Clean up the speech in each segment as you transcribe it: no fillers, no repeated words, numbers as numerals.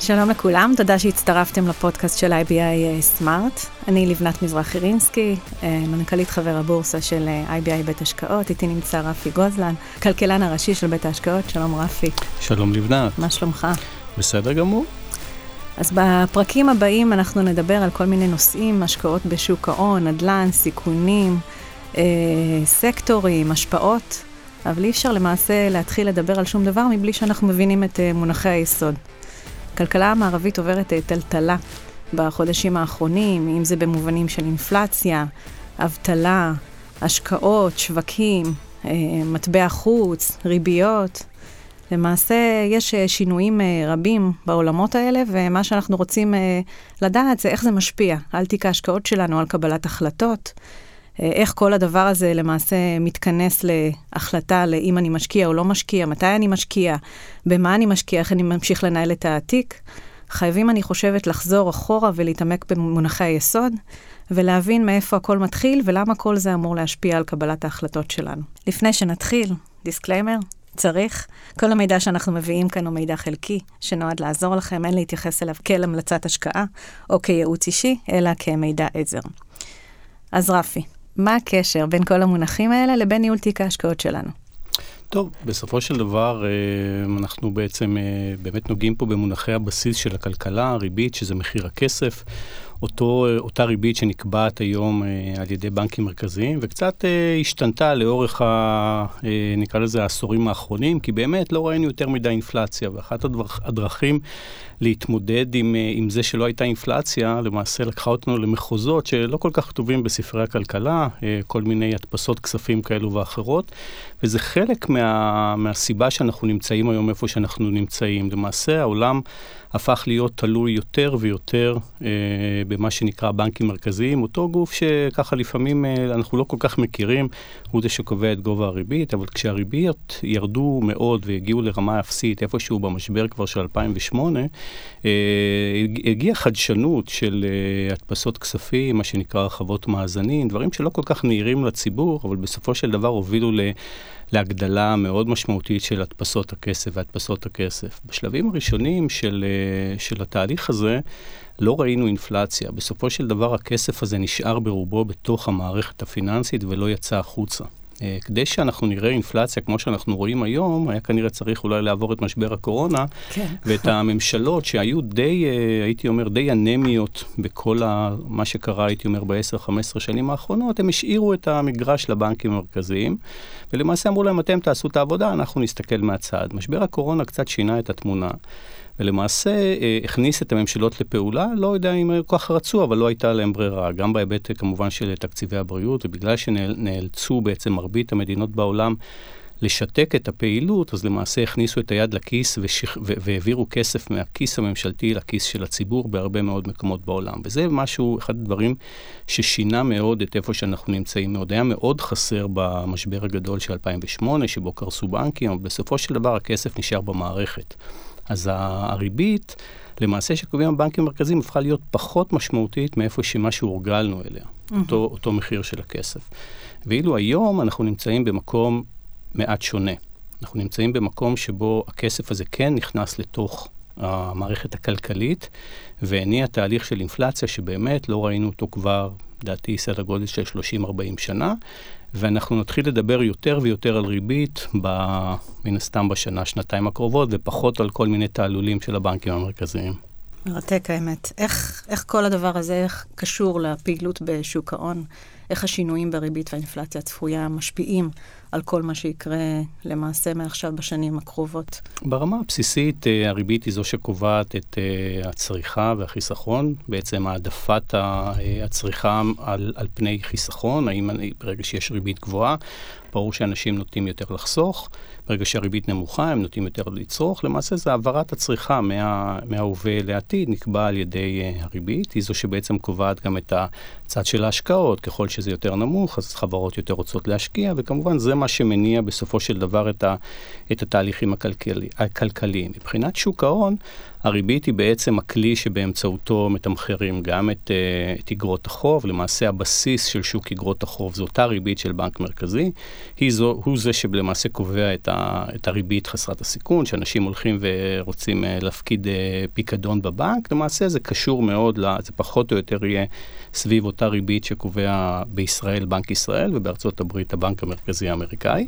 שלום לכולם, תודה שהצטרפתם לפודקאסט של IBI Smart. אני לבנת מזרחי-רינסקי, מנכ"לית חבר הבורסה של IBI בית השקעות. איתי נמצא רפי גוזלן, כלכלן הראשי של בית ההשקעות. שלום רפי. שלום לבנת. מה שלומך? בסדר גמור. אז בפרקים הבאים אנחנו נדבר על כל מיני נושאים, השקעות בשוק ההון, נדל"ן, סיכונים, סקטורים, השפעות, אבל אי אפשר למעשה להתחיל לדבר על שום דבר מבלי שאנחנו מבינים את מונחי היסוד. הכלכלה המערבית עוברת טלטלה בחודשים האחרונים, אם זה במובנים של אינפלציה, אבטלה, השקעות, שווקים, מטבע חוץ, ריביות. למעשה יש שינויים רבים בעולמות האלה, ומה שאנחנו רוצים לדעת זה איך זה משפיע על תיק ההשקעות שלנו, על קבלת החלטות, איך כל הדבר הזה למעשה מתכנס להחלטה לאם אני משקיע או לא משקיע, מתי אני משקיע, במה אני משקיע, איך אני ממשיך לנהל את התיק. חייבים, אני חושבת, לחזור אחורה ולהתעמק במונחי היסוד, ולהבין מאיפה הכל מתחיל ולמה כל זה אמור להשפיע על קבלת ההחלטות שלנו. לפני שנתחיל, דיסקליימר, צריך. כל המידע שאנחנו מביאים כאן הוא מידע חלקי, שנועד לעזור לכם, אין להתייחס אליו כאל המלצת השקעה או כייעוץ אישי, אלא כמידע עזר. אז רפי, מה הקשר בין כל המונחים האלה לבין ניהול תיק ההשקעות שלנו? טוב, בסופו של דבר אנחנו בעצם באמת נוגעים פה במונחי הבסיס של הכלכלה, הריבית, שזה מחיר הכסף, אותה ריבית שנקבעת היום על ידי בנקים מרכזיים, וקצת השתנתה לאורך, נקרא לזה, העשורים האחרונים, כי באמת לא ראינו יותר מדי אינפלציה, ואחת הדרכים להתמודד עם זה שלא הייתה אינפלציה, למעשה לקחה אותנו למחוזות שלא כל כך כתובים בספרי הכלכלה, כל מיני הדפסות כספים כאלו ואחרות, וזה חלק מהסיבה שאנחנו נמצאים היום איפה שאנחנו נמצאים. למעשה העולם הפך להיות תלוי יותר ויותר במה שנקרא בנקים מרכזיים, אותו גוף שככה לפעמים אנחנו לא כל כך מכירים, הוא זה שקובע את גובה הריבית, אבל כשהריביות ירדו מאוד והגיעו לרמה אפסית, איפשהו במשבר כבר של 2008, הגיעה חדשנות של הדפסות כספים, מה שנקרא רחבות מאזנים, דברים שלא כל כך נהירים לציבור, אבל בסופו של דבר הובילו להגדלה מאוד משמעותית של הדפסות הכסף והדפסות הכסף. בשלבים הראשונים של התהליך הזה לא ראינו אינפלציה. בסופו של דבר הכסף הזה נשאר ברובו בתוך המערכת הפיננסית ולא יצא החוצה. כדי שאנחנו נראה אינפלציה כמו שאנחנו רואים היום, היה כנראה צריך אולי לעבור את משבר הקורונה, כן. ואת הממשלות שהיו הייתי אומר, די אנמיות בכל מה שקרה, הייתי אומר, ב-10-15 שנים האחרונות, הם השאירו את המגרש לבנקים המרכזיים, ולמעשה אמרו להם, אתם תעשו את העבודה, אנחנו נסתכל מהצד. משבר הקורונה קצת שינה את התמונה, ולמעשה הכניס את הממשלות לפעולה, לא יודע אם כל כך רצו, אבל לא הייתה להם ברירה, גם בהיבט כמובן של תקציבי הבריאות, ובגלל שנאלצו בעצם מרבית המדינות בעולם לשתק את הפעילות, אז למעשה הכניסו את היד לכיס והעבירו כסף מהכיס הממשלתי לכיס של הציבור בהרבה מאוד מקומות בעולם. וזה משהו, אחד הדברים ששינה מאוד את איפה שאנחנו נמצאים מאוד. היה מאוד חסר במשבר הגדול של 2008, שבו קרסו בנקים, אבל בסופו של דבר הכסף נשאר במערכת. אז הריבית, למעשה שקובעים הבנקים המרכזיים, הפכה להיות פחות משמעותית מאיפה שמשהו הורגלנו אליה, אותו מחיר של הכסף. ואילו היום אנחנו נמצאים במקום מעט שונה. אנחנו נמצאים במקום שבו הכסף הזה כן נכנס לתוך המערכת הכלכלית, והניע תהליך של אינפלציה שבאמת לא ראינו אותו כבר, דעתי סדר גודל של 30-40 שנה, ואנחנו נתחיל לדבר יותר ויותר על ריבית, מן הסתם בשנה, שנתיים הקרובות, ופחות על כל מיני תעלולים של הבנקים המרכזיים. מרתק האמת. איך כל הדבר הזה קשור לפעילות בשוק ההון? איך השינויים בריבית והאינפלציה הצפויה משפיעים על כל מה שיקרה למעשה מעכשיו בשנים הקרובות? ברמה הבסיסית, הריבית היא זו שקובעת את הצריכה והחיסכון, בעצם העדפת הצריכה על פני חיסכון, האם ברגע שיש ריבית גבוהה, ברור שאנשים נוטים יותר לחסוך, ברגע שהריבית נמוכה הם נוטים יותר לצרוך, למעשה זה העברת הצריכה מההווה לעתיד, נקבע על ידי הריבית, היא זו שבעצם קובעת גם את הצד של ההשקעות, ככל שזה יותר נמוך, אז חברות יותר רוצות להשקיע, וכמובן זה מה שמניע בסופו של דבר את התהליכים הכלכליים. מבחינת שוק ההון, הריבית היא בעצם הכלי שבאמצעותו מתמחרים גם את אגרות החוב, למעשה הבסיס של שוק אגרות החוב, זו אותה ריבית של בנק מרכזי, הוא זה שלמעשה קובע את הריבית חסרת הסיכון, שאנשים הולכים ורוצים להפקיד פיקדון בבנק, למעשה זה קשור מאוד, זה פחות או יותר יהיה סביב אותה ריבית שקובע בישראל בנק ישראל, ובארצות הברית הבנק המרכזי האמריקאי.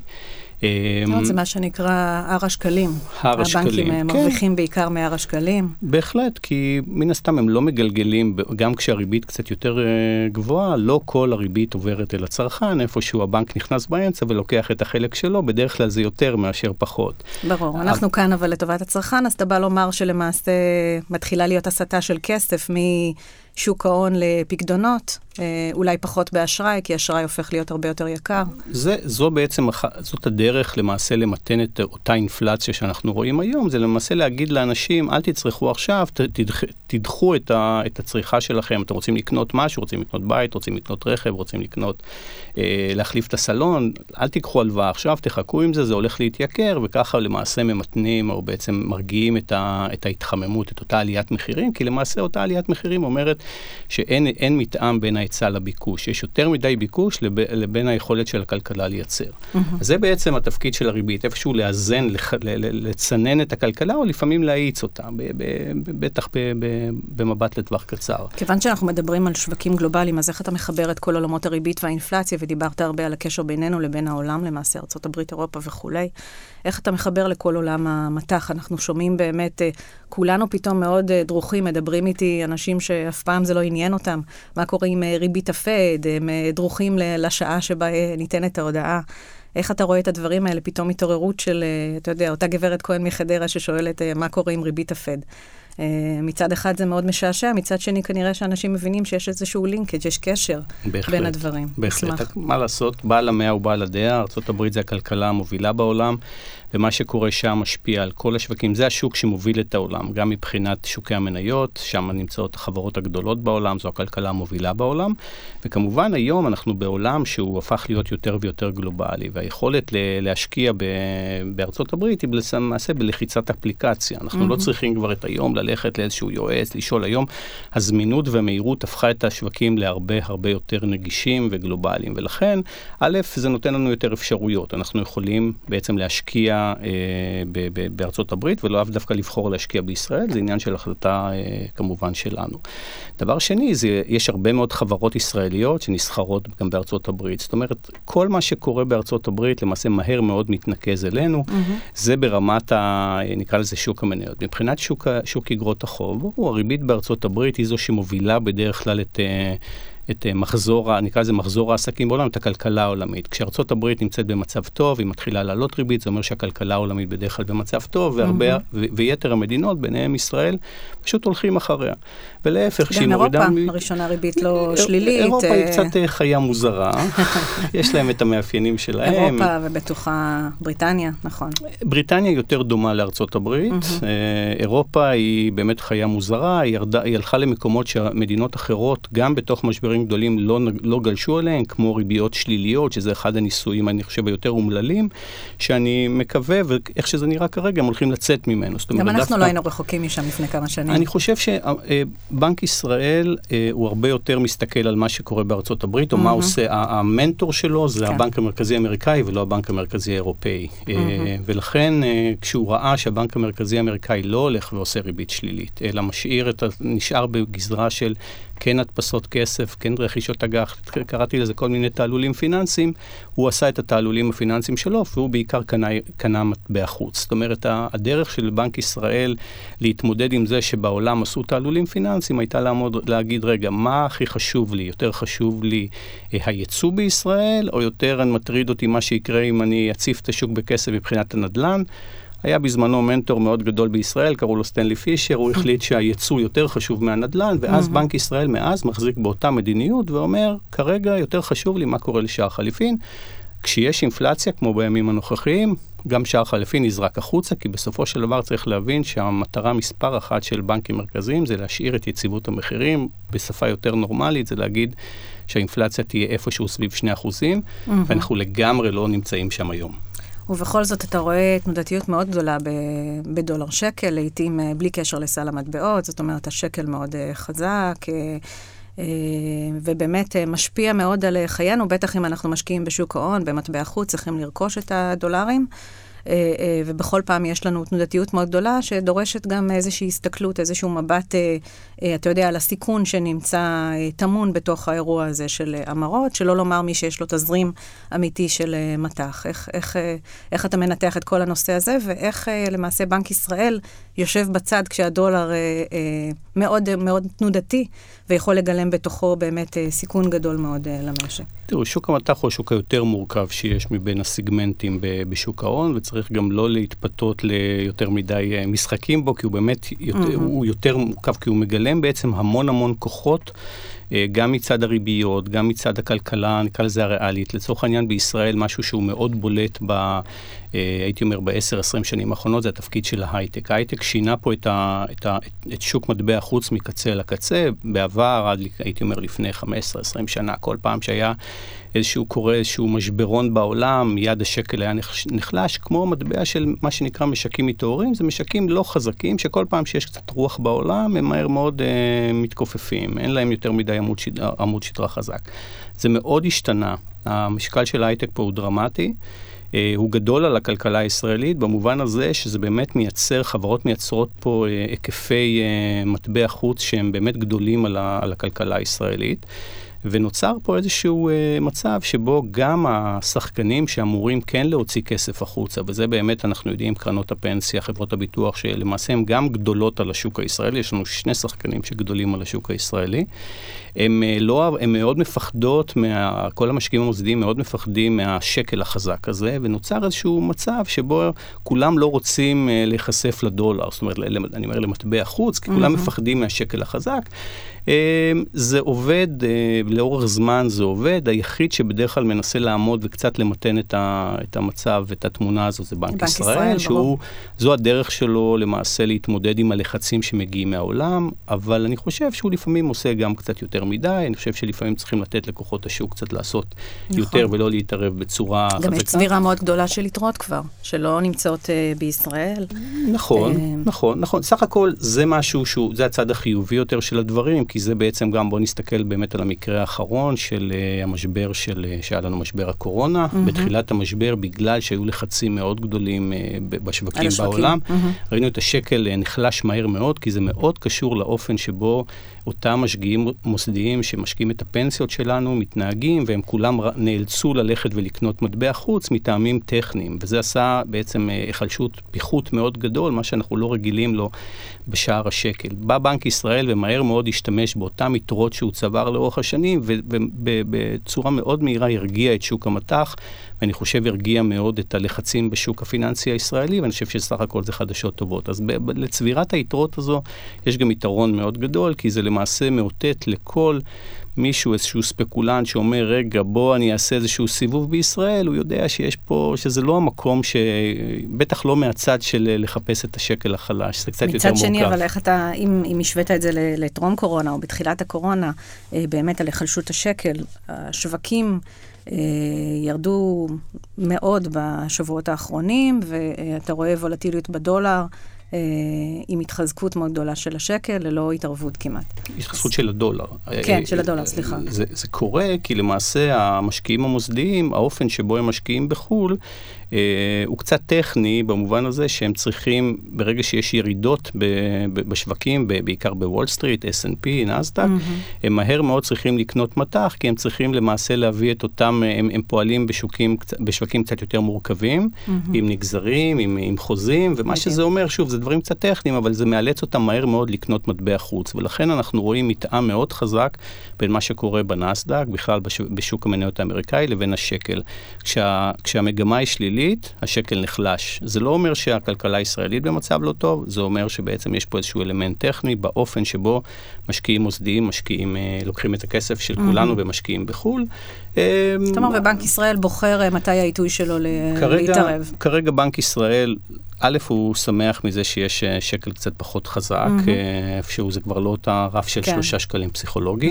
זה מה שנקרא הר השקלים. הר השקלים, הבנקים מרוויחים בעיקר מהר השקלים. בהחלט, כי מן הסתם הם לא מגלגלים, גם כשהריבית קצת יותר גבוהה, לא כל הריבית עוברת אל הצרכן, איפשהו הבנק נכנס באמצע ולוקח את החלק שלו, בדרך כלל זה יותר מאשר פחות. ברור, אנחנו כאן אבל לטובת הצרכן, אז אתה בא לומר שלמעשה מתחילה להיות הסטה של כסף משוק ההון לפקדונות, אולי פחות באשראי, כי אשראי הופך להיות הרבה יותר יקר. זו בעצם, זאת הדרך למעשה למתן את אותה אינפלציה שאנחנו רואים היום, זה למעשה להגיד לאנשים, אל תצרכו עכשיו, תדחו את הצריכה שלכם, אתם רוצים לקנות משהו, רוצים לקנות בית, רוצים לקנות רכב, רוצים לקנות, להחליף את הסלון, אל תיקחו הלוואה עכשיו, תחכו עם זה, זה הולך להתייקר, וככה למעשה ממתנים, או בעצם מרגיעים את ההתחממות, את אותה עליית מחירים, כי למעשה אותה עליית מחירים אומרת שאין מתאם בין ההיצע לביקוש. יש יותר מדי ביקוש לבין היכולת של הכלכלה לייצר. אז זה בעצם התפקיד של הריבית, איפשהו לאזן, לצנן את הכלכלה, או לפעמים להאיץ אותה, בטח במבט לטווח קצר. כיוון שאנחנו מדברים על שווקים גלובליים, אז איך אתה מחבר את כל עולמות הריבית והאינפלציה, ודיברת הרבה על הקשר בינינו לבין העולם, למעשה ארצות הברית, אירופה וכולי. איך אתה מחבר לכל עולם המתח? אנחנו שומעים באמת, כולנו פתאום מאוד דרוכים, מדברים איתי אנשים שאף פעם זה לא עניין אותם. מה קורה עם ריבית הפד? הם דרוכים לשעה שבה ניתנת ההודעה. איך אתה רואה את הדברים האלה? פתאום התעוררות של, אתה יודע, אותה גברת כהן מחדרה ששואלת מה קורה עם ריבית הפד. מצד אחד זה מאוד משעשע, מצד שני כנראה שאנשים מבינים שיש איזשהו לינקג', יש קשר בין הדברים. בהחלט, מה לעשות? בעל המאה הוא בעל הדעה, ארצות הברית זה הכלכלה המובילה בעולם, ומה שקורה שם משפיע על כל השווקים. זה השוק שמוביל את העולם, גם מבחינת שוקי המניות, שם נמצאות החברות הגדולות בעולם, זו הכלכלה המובילה בעולם, וכמובן היום אנחנו בעולם שהוא הפך להיות יותר ויותר גלובלי, והיכולת להשקיע בארצות הברית היא למעשה בלחיצת אפליקציה. אנחנו לא צריכים כבר את היום ללכת לאיזשהו יועץ, לשאול היום. הזמינות והמהירות הפכה את השווקים להרבה הרבה יותר נגישים וגלובליים, ולכן, א', זה נותן לנו יותר אפשרויות. אנחנו יכולים בעצם להשקיע בארצות הברית, ולא אף דווקא לבחור להשקיע בישראל, זה עניין של החלטה כמובן שלנו. דבר שני, יש הרבה מאוד חברות ישראליות שנסחרות גם בארצות הברית. זאת אומרת, כל מה שקורה בארצות הברית, למעשה מהר מאוד מתנקז אלינו, זה ברמת, נקרא לזה שוק המניות. מבחינת שוק אגרות החוב, הריבית בארצות הברית היא זו שמובילה בדרך כלל את מחזור, נקרא לזה מחזור העסקים בעולם, את הכלכלה העולמית. כשארצות הברית נמצאת במצב טוב, היא מתחילה לעלות ריבית, זה אומר שהכלכלה העולמית בדרך כלל במצב טוב, ויתר המדינות, ביניהם ישראל, פשוט הולכים אחריה. ולהפך, גם אירופה, הראשונה ריבית לא שלילית. אירופה היא קצת חיה מוזרה, יש להם את המאפיינים שלהם. אירופה ובתוכה בריטניה, נכון. בריטניה יותר דומה לארצות הברית, אירופה היא באמת חיה מוזרה, היא הלכה למקומות שמדינות אחרות, גם בתוך משברים גדולים לא גלשו עליהם, כמו ריביות שליליות, שזה אחד הניסויים, אני חושב, היותר אומללים, שאני מקווה, ואיך שזה נראה כרגע, הם הולכים לצאת ממנו. גם אנחנו לא היינו רחוקים משם לפני כמה שנים. אני חושב שבנק ישראל הוא הרבה יותר מסתכל על מה שקורה בארצות הברית, או מה עושה, המנטור שלו זה הבנק המרכזי האמריקאי, ולא הבנק המרכזי האירופאי. ולכן, כשהוא ראה שהבנק המרכזי האמריקאי לא הולך ועושה ריבית שלילית, אלא נשאר בגזרה של כן הדפסות כסף, כן רכישות אג"ח, קראתי לזה כל מיני תעלולים פיננסיים, הוא עשה את התעלולים הפיננסיים שלו, והוא בעיקר קנה מטבע חוץ. זאת אומרת, הדרך של בנק ישראל להתמודד עם זה שבעולם עשו תעלולים פיננסיים, הייתה להגיד, רגע, מה הכי חשוב לי? יותר חשוב לי הייצוא בישראל, או יותר מטריד אותי מה שיקרה אם אני אציף את השוק בכסף מבחינת הנדל"ן? היה בזמנו מנטור מאוד גדול בישראל, קראו לו סטנלי פישר, הוא החליט שהייצוא יותר חשוב מהנדל"ן, ואז בנק ישראל מאז מחזיק באותה מדיניות, ואומר, כרגע יותר חשוב לי מה קורה לשער חליפין. כשיש אינפלציה, כמו בימים הנוכחיים, גם שער חליפין נזרק החוצה, כי בסופו של דבר צריך להבין שהמטרה מספר אחת של בנקים מרכזיים, זה להשאיר את יציבות המחירים, בשפה יותר נורמלית, זה להגיד שהאינפלציה תהיה איפשהו סביב 2%, ואנחנו לגמרי לא נמצאים שם היום. ובכל זאת אתה רואה תנודתיות מאוד גדולה בדולר שקל, לעתים בלי קשר לסל המטבעות, זאת אומרת, השקל מאוד חזק, ובאמת משפיע מאוד על חיינו, בטח אם אנחנו משקיעים בשוק ההון, במטבע חוץ, צריכים לרכוש את הדולרים, ובכל פעם יש לנו תנודתיות מאוד גדולה, שדורשת גם איזושהי הסתכלות, איזשהו מבט, אתה יודע, על הסיכון שנמצא תמון בתוך האירוע הזה של אמרות, שלא לומר מי שיש לו תזרים אמיתי של מתח. איך אתה מנתח את כל הנושא הזה, ואיך למעשה בנק ישראל יושב בצד כשהדולר מאוד מאוד תנודתי, ויכול לגלם בתוכו באמת סיכון גדול מאוד למשק. תראו, שוק המטח הוא השוק היותר מורכב שיש מבין הסגמנטים בשוק ההון, וצריך גם לא להתפתות ליותר מדי משחקים בו, כי הוא באמת הוא יותר מורכב, כי הוא מגלם בעצם המון כוחות, גם מצד הריביות, גם מצד הכלכלה, נקרא לזה הריאלית. לצורך העניין בישראל, משהו שהוא מאוד בולט הייתי אומר, ב10-20 שנים האחרונות, זה התפקיד של ההייטק. ההייטק שינה פה את שוק מטבע חוץ מקצה לקצה. בעבר, הייתי אומר, לפני 15-20 שנה, כל פעם שהיה איזשהו משברון בעולם, מיד השקל היה נחלש, כמו מטבע של מה שנקרא משקים מתעוררים, זה משקים לא חזקים, שכל פעם שיש קצת רוח בעולם, הם מהר מאוד מתכופפים. אין להם יותר מדי עמוד שדרה חזק. זה מאוד השתנה. המשקל של ההייטק פה הוא דרמטי. הוא גדול על הכלכלה הישראלית, במובן הזה שזה באמת חברות מייצרות פה היקפי מטבע חוץ שהם באמת גדולים על הכלכלה הישראלית. ונוצר פה איזשהו מצב שבו גם השחקנים שאמורים כן להוציא כסף החוצה, וזה באמת אנחנו יודעים, קרנות הפנסיה, חברות הביטוח, שלמעשה הן גם גדולות על השוק הישראלי, יש לנו שני שחקנים שגדולים על השוק הישראלי, הם מאוד מפחדות, כל המשקיעים המוסדיים מאוד מפחדים מהשקל החזק הזה, ונוצר איזשהו מצב שבו כולם לא רוצים להיחשף לדולר, זאת אומרת, אני אומר למטבע חוץ, כי כולם מפחדים מהשקל החזק. זה עובד, לאורך זמן זה עובד, היחיד שבדרך כלל מנסה לעמוד וקצת למתן את המצב ואת התמונה הזו, זה בנק ישראל, זו הדרך שלו למעשה להתמודד עם הלחצים שמגיעים מהעולם, אבל אני חושב שהוא לפעמים עושה גם קצת יותר מדי, אני חושב שלפעמים צריכים לתת לכוחות השוק קצת לעשות יותר ולא להתערב בצורה חזקה. גם יש צבירה מאוד גדולה של יתרות כבר, שלא נמצאות בישראל. נכון. סך הכל זה משהו זה הצד החיובי יותר של הדברים, כי זה בעצם גם, בוא נסתכל באמת על המקרה האחרון של המשבר שהיה לנו משבר הקורונה, בתחילת המשבר, בגלל שהיו לחצים מאוד גדולים בשווקים בעולם, ראינו את השקל נחלש מהר מאוד, כי זה מאוד קשור לאופן שבו אותם משקיעים מוסדיים שמשקיעים את הפנסיות שלנו מתנהגים, והם כולם נאלצו ללכת ולקנות מטבע חוץ מטעמים טכניים, וזה עשה בעצם החלשות פיחות מאוד גדול, מה שאנחנו לא רגילים לו בשער השקל. בא בנק ישראל ומהר מאוד השתמש באותם יתרות שהוא צבר לאורך השנים, ובצורה מאוד מהירה הרגיע את שוק המטח, ואני חושב הרגיע מאוד את הלחצים בשוק הפיננסי הישראלי, ואני חושב שסך הכל זה חדשות טובות. אז לצבירת היתרות הזו יש גם יתרון מאוד גדול, כי זה למעשה מאותת לכל מישהו, איזשהו ספקולנט שאומר, רגע, בוא אני אעשה איזשהו סיבוב בישראל, הוא יודע שיש פה, שזה לא המקום בטח לא מהצד של לחפש את השקל החלש, זה קצת יותר מורכב. מצד שני, אבל איך אתה, אם השווית את זה לטרום קורונה, או בתחילת הקורונה, באמת על החלשות השקל, השווקים ירדו מאוד בשבועות האחרונים, ואתה רואה וולטיליות בדולר, עם התחזקות מאוד גדולה של השקל, ללא התערבות כמעט. התחזקות של הדולר. כן, של הדולר, סליחה. זה קורה כי למעשה המשקיעים המוסדיים, האופן שבו הם משקיעים בחול, הוא קצת טכני במובן הזה שהם צריכים, ברגע שיש ירידות בשווקים, בעיקר בוול סטריט, S&P, נסדק, הם מהר מאוד צריכים לקנות מטח, כי הם צריכים למעשה להביא את אותם, הם פועלים בשווקים קצת יותר מורכבים, עם נגזרים, עם חוזים, ומה שזה אומר, שוב, זה דברים קצת טכניים, אבל זה מאלץ אותם מהר מאוד לקנות מטבע חוץ, ולכן אנחנו רואים מתאם מאוד חזק בין מה שקורה בנסדק, בכלל בשוק המניות האמריקאי, לבין השקל. כשהמגמה היא שלילית, השקל נחלש. זה לא אומר שהכלכלה הישראלית במצב לא טוב, זה אומר שבעצם יש פה איזשהו אלמנט טכני, באופן שבו משקיעים מוסדיים, לוקחים את הכסף של כולנו ומשקיעים בחול. זאת אומרת, ובנק ישראל בוחר מתי העיתוי שלו להתערב. כרגע בנק ישראל א', הוא שמח מזה שיש שקל קצת פחות חזק, איפשהו זה כבר לא אותה רף של 3 שקלים פסיכולוגי.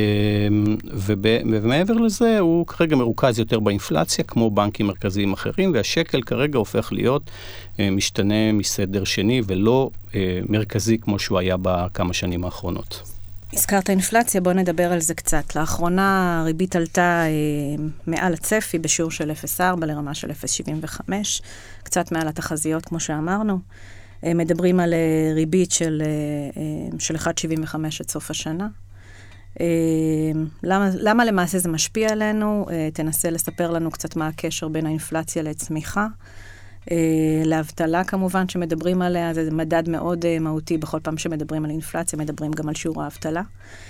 ומעבר לזה, הוא כרגע מרוכז יותר באינפלציה, כמו בנקים מרכזיים אחרים, והשקל כרגע הופך להיות משתנה מסדר שני, ולא מרכזי כמו שהוא היה בכמה שנים האחרונות. הזכרת אינפלציה, בוא נדבר על זה קצת. לאחרונה הריבית עלתה מעל הצפי בשיעור של 0.4 לרמה של 0.75, קצת מעל התחזיות כמו שאמרנו. מדברים על ריבית של 1.75 עד סוף השנה. למה למעשה זה משפיע עלינו? תנסה לספר לנו קצת מה הקשר בין האינפלציה לצמיחה. לאבטלה כמובן שמדברים עליה, זה מדד מאוד מהותי, בכל פעם שמדברים על אינפלציה, מדברים גם על שיעור האבטלה.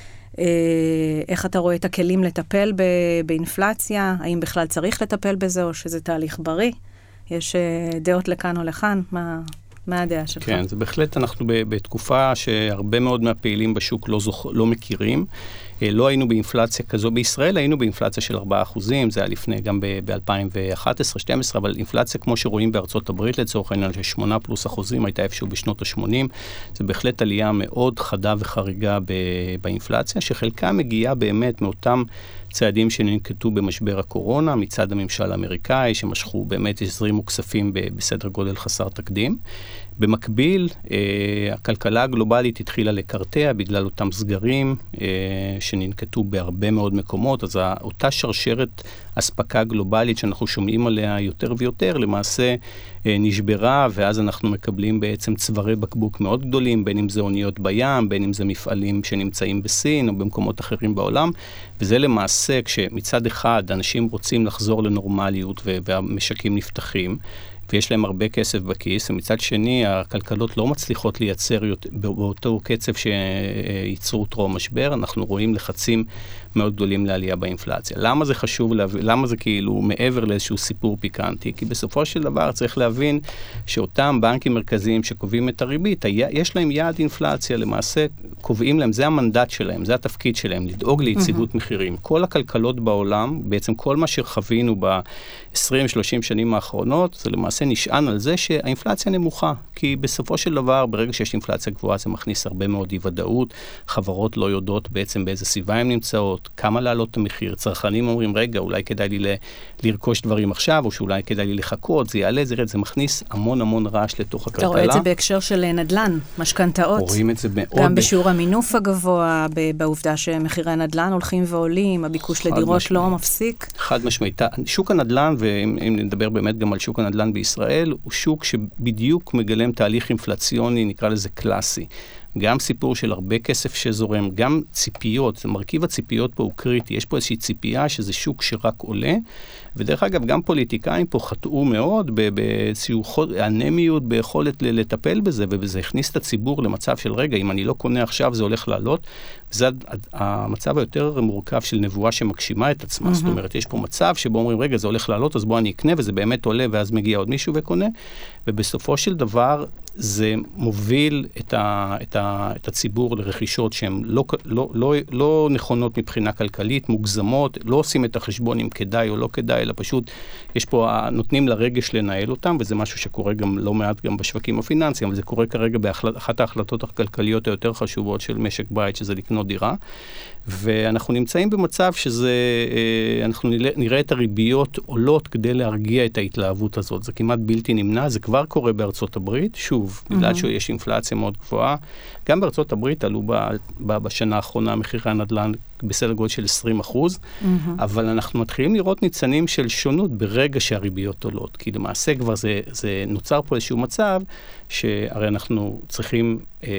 איך אתה רואה את הכלים לטפל באינפלציה? האם בכלל צריך לטפל בזה, או שזה תהליך בריא? יש דעות לכאן או לכאן? מה הדעה שלך? כן, זה בהחלט, אנחנו בתקופה שהרבה מאוד מהפעילים בשוק לא מכירים. לא היינו באינפלציה כזו. בישראל היינו באינפלציה של 4%, זה היה לפני גם ב-2011-2012, אבל אינפלציה כמו שרואים בארצות הברית לצורך העניין של 8+% הייתה איפשהו בשנות ה-80. זה בהחלט עלייה מאוד חדה וחריגה באינפלציה, שחלקה מגיעה באמת מאותם צעדים שננקטו במשבר הקורונה, מצד הממשל האמריקאי, שמשכו באמת הזרימו כספים בסדר גודל חסר תקדים. במקביל, הכלכלה הגלובלית התחילה לקרטע בגלל אותם סגרים שננקטו בהרבה מאוד מקומות, אז אותה שרשרת אספקה גלובלית שאנחנו שומעים עליה יותר ויותר, למעשה נשברה, ואז אנחנו מקבלים בעצם צווארי בקבוק מאוד גדולים, בין אם זה אוניות בים, בין אם זה מפעלים שנמצאים בסין או במקומות אחרים בעולם, וזה למעשה כשמצד אחד אנשים רוצים לחזור לנורמליות והמשקים נפתחים, ויש להם הרבה כסף בכיס, ומצד שני, הכלכלות לא מצליחות לייצר באותו קצב שייצרו טרום משבר, אנחנו רואים לחצים מאוד גדולים לעלייה באינפלציה. למה זה חשוב? למה זה כאילו מעבר לאיזשהו סיפור פיקנטי? כי בסופו של דבר צריך להבין שאותם בנקים מרכזיים שקובעים את הריבית, יש להם יעד אינפלציה, למעשה קובעים להם, זה המנדט שלהם, זה התפקיד שלהם, לדאוג ליציבות מחירים. כל הכלכלות בעולם, בעצם כל מה שחווינו ב-20-30 שנים האחרונות, זה למעשה נשען על זה שהאינפלציה נמוכה, כי בסופו של דבר, ברגע שיש אינפלציה גבוהה, זה מכניס הרבה מאוד אי-ודאות, חברות לא יודעות בעצם באיזה סביבה הן נמצאות, כמה לעלות את המחיר, צרכנים אומרים, רגע, אולי כדאי לי לרכוש דברים עכשיו, או שאולי כדאי לי לחכות, זה יעלה, זה מכניס המון המון רעש לתוך הכלכלה. אתה רואה את זה בהקשר של נדל"ן, משכנתאות. רואים את זה מאוד. גם בשיעור המינוף הגבוה, בעובדה שמחירי הנדל"ן הולכים ועולים, הביקוש לדירות לא מפסיק. חד משמעית. שוק הנדל"ן, ואם נדבר באמת גם על שוק הנדל"ן בישראל, הוא שוק שבדיוק מגלם תהליך אינפלציוני, נקרא לזה קלאסי. גם סיפור של הרבה כסף שזורם, גם ציפיות, מרכיב הציפיות פה הוא קריטי, יש פה איזושהי ציפייה שזה שוק שרק עולה, ודרך אגב גם פוליטיקאים פה חטאו מאוד באיזושהי אנמיות ביכולת לטפל בזה, וזה הכניס את הציבור למצב של רגע, אם אני לא קונה עכשיו זה הולך לעלות, וזה המצב היותר מורכב של נבואה שמגשימה את עצמה, זאת אומרת יש פה מצב שבו אומרים רגע זה הולך לעלות, אז בוא אני אקנה וזה באמת עולה, ואז מגיע עוד מישהו וקונה, ובסופו של דבר זה מוביל את הציבור לרכישות שהן לא נכונות מבחינה כלכלית, מוגזמות, לא עושים את החשבון אם כדאי או לא כדאי, אלא פשוט יש פה, נותנים לרגש לנהל אותם, וזה משהו שקורה גם לא מעט גם בשווקים הפיננסיים, אבל זה קורה כרגע באחת ההחלטות הכלכליות היותר חשובות של משק בית, שזה לקנות דירה, ואנחנו נמצאים במצב שזה, אנחנו נראה את הריביות עולות כדי להרגיע את ההתלהבות הזאת, זה כמעט בלתי נמנע, זה כבר קורה בארצות הברית, שוב, בגלל שיש אינפלציה מאוד גבוהה, גם בארצות הברית עלו בשנה האחרונה מחירי הנדל"ן בסדר גודל של 20%, אבל אנחנו מתחילים לראות ניצנים של שונות ברגע שהריביות עולות, כי למעשה כבר זה נוצר פה איזשהו מצב, שהרי אנחנו צריכים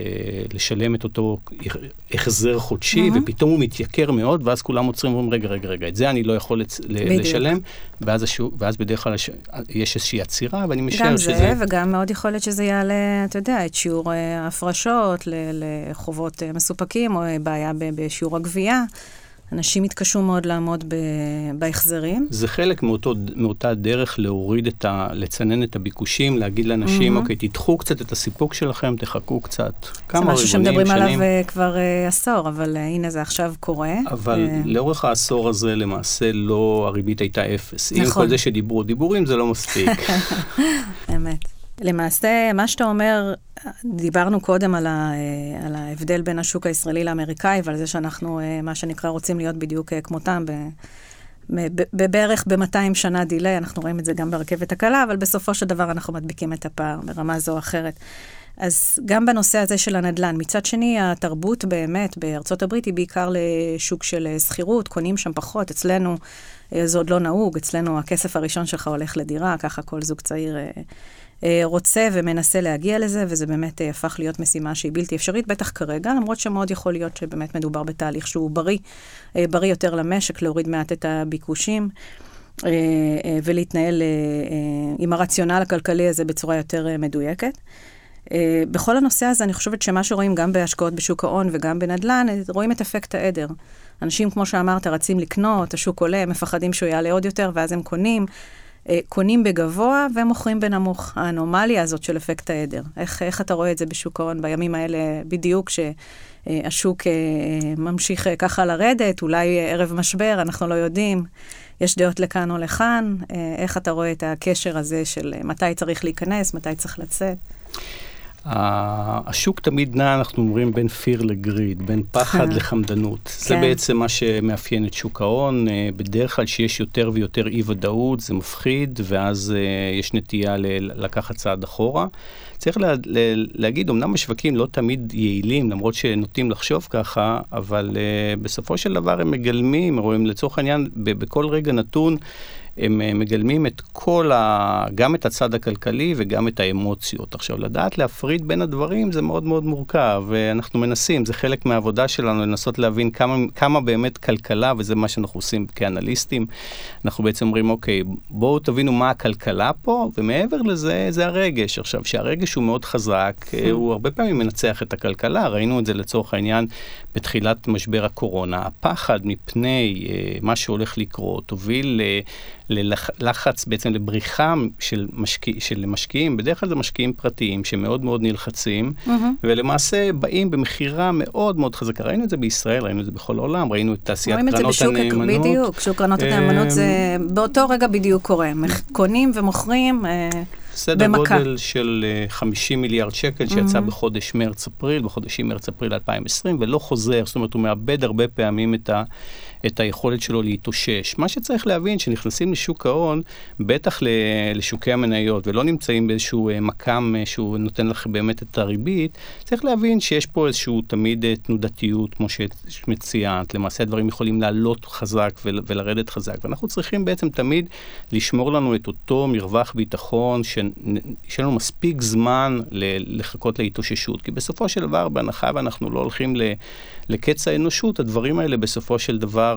לשלם את אותו החזר חודשי, ופתאום הוא מתייקר מאוד, ואז כולם עוצרים ואומרים, רגע, את זה אני לא יכול לשלם, ואז בדרך כלל יש איזושהי עצירה, ואני משער שזה... גם זה, וגם מאוד יכול להיות שזה יעלה, אתה יודע, את שיעור ההפרשות לחובות מסופקים, או בעיה בשיעור הגבייה. אנשים התקשו מאוד לעמוד בהחזרים. זה חלק מאותה דרך להוריד לצנן את הביקושים, להגיד לאנשים, אוקיי, תדחו קצת את הסיפוק שלכם, תחכו קצת כמה רבעונים, זה משהו שמדברים עליו כבר עשור, אבל הנה זה עכשיו קורה. אבל לאורך העשור הזה למעשה לא, הריבית הייתה 0. עם כל זה שדיבורים זה לא מספיק. אמת. למעשה, מה שאתה אומר, דיברנו קודם על ההבדל בין השוק הישראלי לאמריקאי, ועל זה שאנחנו, מה שנקרא, רוצים להיות בדיוק כמותם, בערך ב-200 שנה דילי, אנחנו רואים את זה גם ברכבת הקלה, אבל בסופו של דבר אנחנו מדביקים את הפער ברמה זו או אחרת. אז גם בנושא הזה של הנדל"ן, מצד שני, התרבות באמת בארצות הברית היא בעיקר לשוק של שכירות, קונים שם פחות, אצלנו זה עוד לא נהוג, אצלנו הכסף הראשון שלך הולך לדירה, ככה כל זוג צעיר רוצה ומנסה להגיע לזה, וזה באמת הפך להיות משימה שהיא בלתי אפשרית, בטח כרגע, למרות שמאוד יכול להיות שבאמת מדובר בתהליך שהוא בריא יותר למשק, להוריד מעט את הביקושים, ולהתנהל עם הרציונל הכלכלי הזה בצורה יותר מדויקת. בכל הנושא הזה אני חושבת שמה שרואים גם בהשקעות בשוק ההון וגם בנדל"ן, רואים את אפקט העדר. אנשים, כמו שאמרת, רצים לקנות, השוק עולה, מפחדים שהוא יעלה עוד יותר, ואז הם קונים בגבוה ומוכרים בנמוך. האנומליה הזאת של אפקט העדר. איך אתה רואה את זה בשוק ההון בימים האלה בדיוק שהשוק ממשיך ככה לרדת, אולי ערב משבר, אנחנו לא יודעים, יש דעות לכאן או לכאן, איך אתה רואה את הקשר הזה של מתי צריך להיכנס, מתי צריך לצאת? השוק תמיד נע, אנחנו אומרים, בין פיר לגריד, בין פחד לחמדנות. זה בעצם מה שמאפיין את שוק ההון. בדרך כלל שיש יותר ויותר אי-ודאות, זה מפחיד, ואז יש נטייה לקחת צעד אחורה. צריך להגיד, אמנם השווקים לא תמיד יעילים, למרות שנוטים לחשוב ככה, אבל בסופו של דבר הם מגלמים, רואים לצורך העניין, בכל רגע נתון, הם מגלמים את גם את הצד הכלכלי וגם את האמוציות. עכשיו, לדעת להפריד בין הדברים זה מאוד מאוד מורכב, ואנחנו מנסים, זה חלק מהעבודה שלנו, לנסות להבין כמה באמת כלכלה, וזה מה שאנחנו עושים כאנליסטים. אנחנו בעצם אומרים, אוקיי, בואו תבינו מה הכלכלה פה, ומעבר לזה, זה הרגש. עכשיו, שהרגש הוא מאוד חזק, הוא הרבה פעמים מנצח את הכלכלה, ראינו את זה לצורך העניין בתחילת משבר הקורונה. הפחד מפני מה שהולך לקרות, הוביל ללחץ, בעצם לבריחה של משקיעים, בדרך כלל זה משקיעים פרטיים שמאוד מאוד נלחצים, ולמעשה באים במחירה מאוד מאוד חזקה. ראינו את זה בישראל, ראינו את זה בכל העולם, ראינו את תעשיית קרנות הנאמנות. בדיוק, שוק קרנות הנאמנות זה באותו רגע בדיוק קורה. קונים ומוכרים סדר גודל של 50 מיליארד שקל שיצא בחודשים מרץ-אפריל 2020, ולא חוזר, זאת אומרת, הוא מאבד הרבה פעמים את היכולת שלו להתאושש. מה שצריך להבין, שנכנסים לשוק ההון, בטח לשוקי המניות, ולא נמצאים באיזשהו מקם שהוא נותן לך באמת את הריבית, צריך להבין שיש פה איזשהו תמיד תנודתיות, כמו שמציינת. למעשה הדברים יכולים לעלות חזק ולרדת חזק, ואנחנו צריכים בעצם תמיד לשמור לנו את אותו מרווח ביטחון, שיש לנו מספיק זמן לחכות להתאוששות, כי בסופו של דבר, בהנחה ואנחנו לא הולכים לקץ האנושות, הדברים האלה בסופו של דבר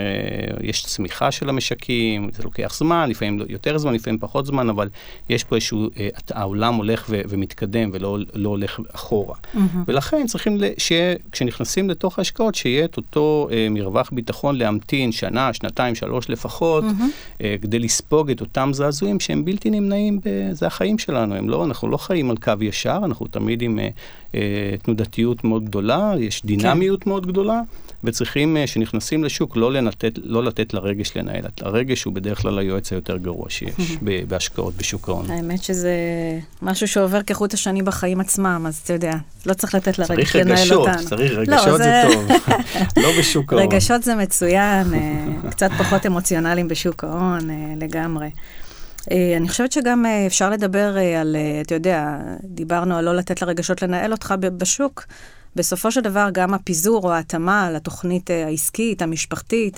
יש צמיחה של המשקים, זה לוקח זמן, לפעמים יותר זמן, לפעמים פחות זמן, אבל יש פה איזשהו, העולם הולך ומתקדם ולא הולך אחורה. ולכן צריכים כשנכנסים לתוך ההשקעות, שיהיה את אותו מרווח ביטחון להמתין שנה, שנתיים, 3 לפחות, כדי לספוג את אותם זעזועים שהם בלתי נמנעים, זה החיים שלנו, אנחנו לא חיים על קו ישר, אנחנו תמיד עם תנודתיות מאוד גדולה, יש דינמיות מאוד גדולה, וצריכים שנכנסים לשוק לא לתת לרגש לנהל. הרגש הוא בדרך כלל היועץ היותר גרוע שיש בהשקעות בשוק ההון. האמת שזה משהו שעובר כחוט השני בחיים עצמם, אז אתה יודע, לא צריך לתת לרגש לנהל אותנו. צריך רגשות זה טוב, לא בשוק ההון. רגשות זה מצוין, קצת פחות אמוציונליים בשוק ההון, לגמרי. אני חושבת שגם אפשר לדבר על, אתה יודע, דיברנו על לא לתת לרגשות לנהל אותך בשוק, בסופו של דבר גם הפיזור או ההתאמה לתוכנית העסקית, המשפחתית,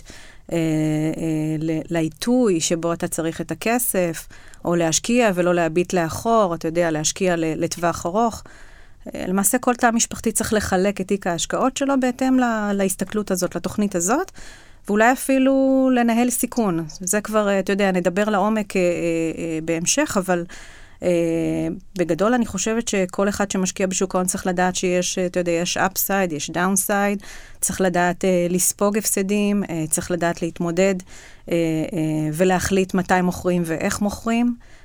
לעיתוי שבו אתה צריך את הכסף, או להשקיע ולא להביט לאחור, אתה יודע, להשקיע לטווח ארוך. למעשה כל תא משפחתי צריך לחלק את תיק ההשקעות שלו בהתאם להסתכלות הזאת, לתוכנית הזאת, ואולי אפילו לנהל סיכון. זה כבר, אתה יודע, נדבר לעומק בהמשך, אבל בגדול אני חושבת שכל אחד שמשקיע בשוק ההון צריך לדעת שיש, אתה יודע, יש אפסייד, יש דאונסייד, צריך לדעת לספוג הפסדים, צריך לדעת להתמודד ולהחליט מתי מוכרים ואיך מוכרים.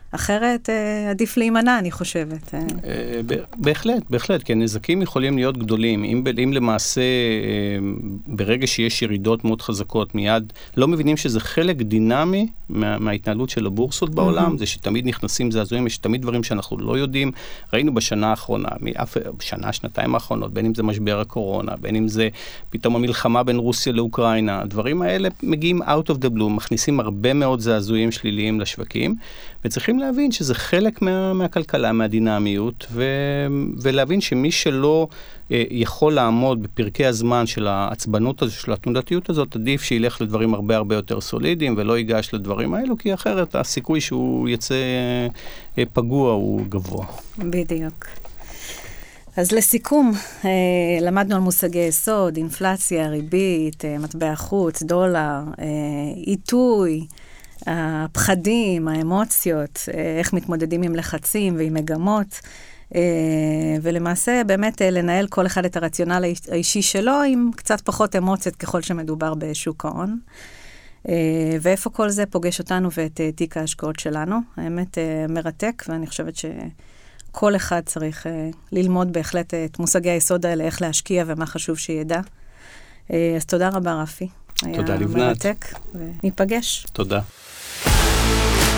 אחרת עדיף להימנע, אני חושבת. בהחלט, כי הנזקים יכולים להיות גדולים. אם למעשה, ברגע שיש ירידות מאוד חזקות, מיד לא מבינים שזה חלק דינמי מההתנהלות של הבורסות בעולם, זה שתמיד נכנסים זעזועים, יש תמיד דברים שאנחנו לא יודעים. ראינו בשנה האחרונה, שנתיים האחרונות, בין אם זה משבר הקורונה, בין אם זה פתאום המלחמה בין רוסיה לאוקראינה, הדברים האלה מגיעים out of the blue, מכניסים הרבה מאוד זעזועים שליליים לשווקים, וצריכים להבין שזה חלק מהכלכלה, מהדינמיות, ולהבין שמי שלא יכול לעמוד בפרקי הזמן של העצבנות הזו, של התנודתיות הזאת, עדיף שילך לדברים הרבה הרבה יותר סולידיים, ולא ייגש לדברים האלו, כי אחרת הסיכוי שהוא יצא פגוע הוא גבוה. בדיוק. אז לסיכום, למדנו על מושגי יסוד, אינפלציה, ריבית, מטבע חוץ, דולר, עיתוי, הפחדים, האמוציות, איך מתמודדים עם לחצים ועם מגמות, ולמעשה באמת לנהל כל אחד את הרציונל האישי שלו עם קצת פחות אמוציות ככל שמדובר בשוק ההון. ואיפה כל זה פוגש אותנו ואת תיק ההשקעות שלנו. האמת מרתק, ואני חושבת שכל אחד צריך ללמוד בהחלט את מושגי היסוד האלה, איך להשקיע ומה חשוב שידע. אז תודה רבה רפי. תודה לבנת. היה מרתק, וניפגש. תודה.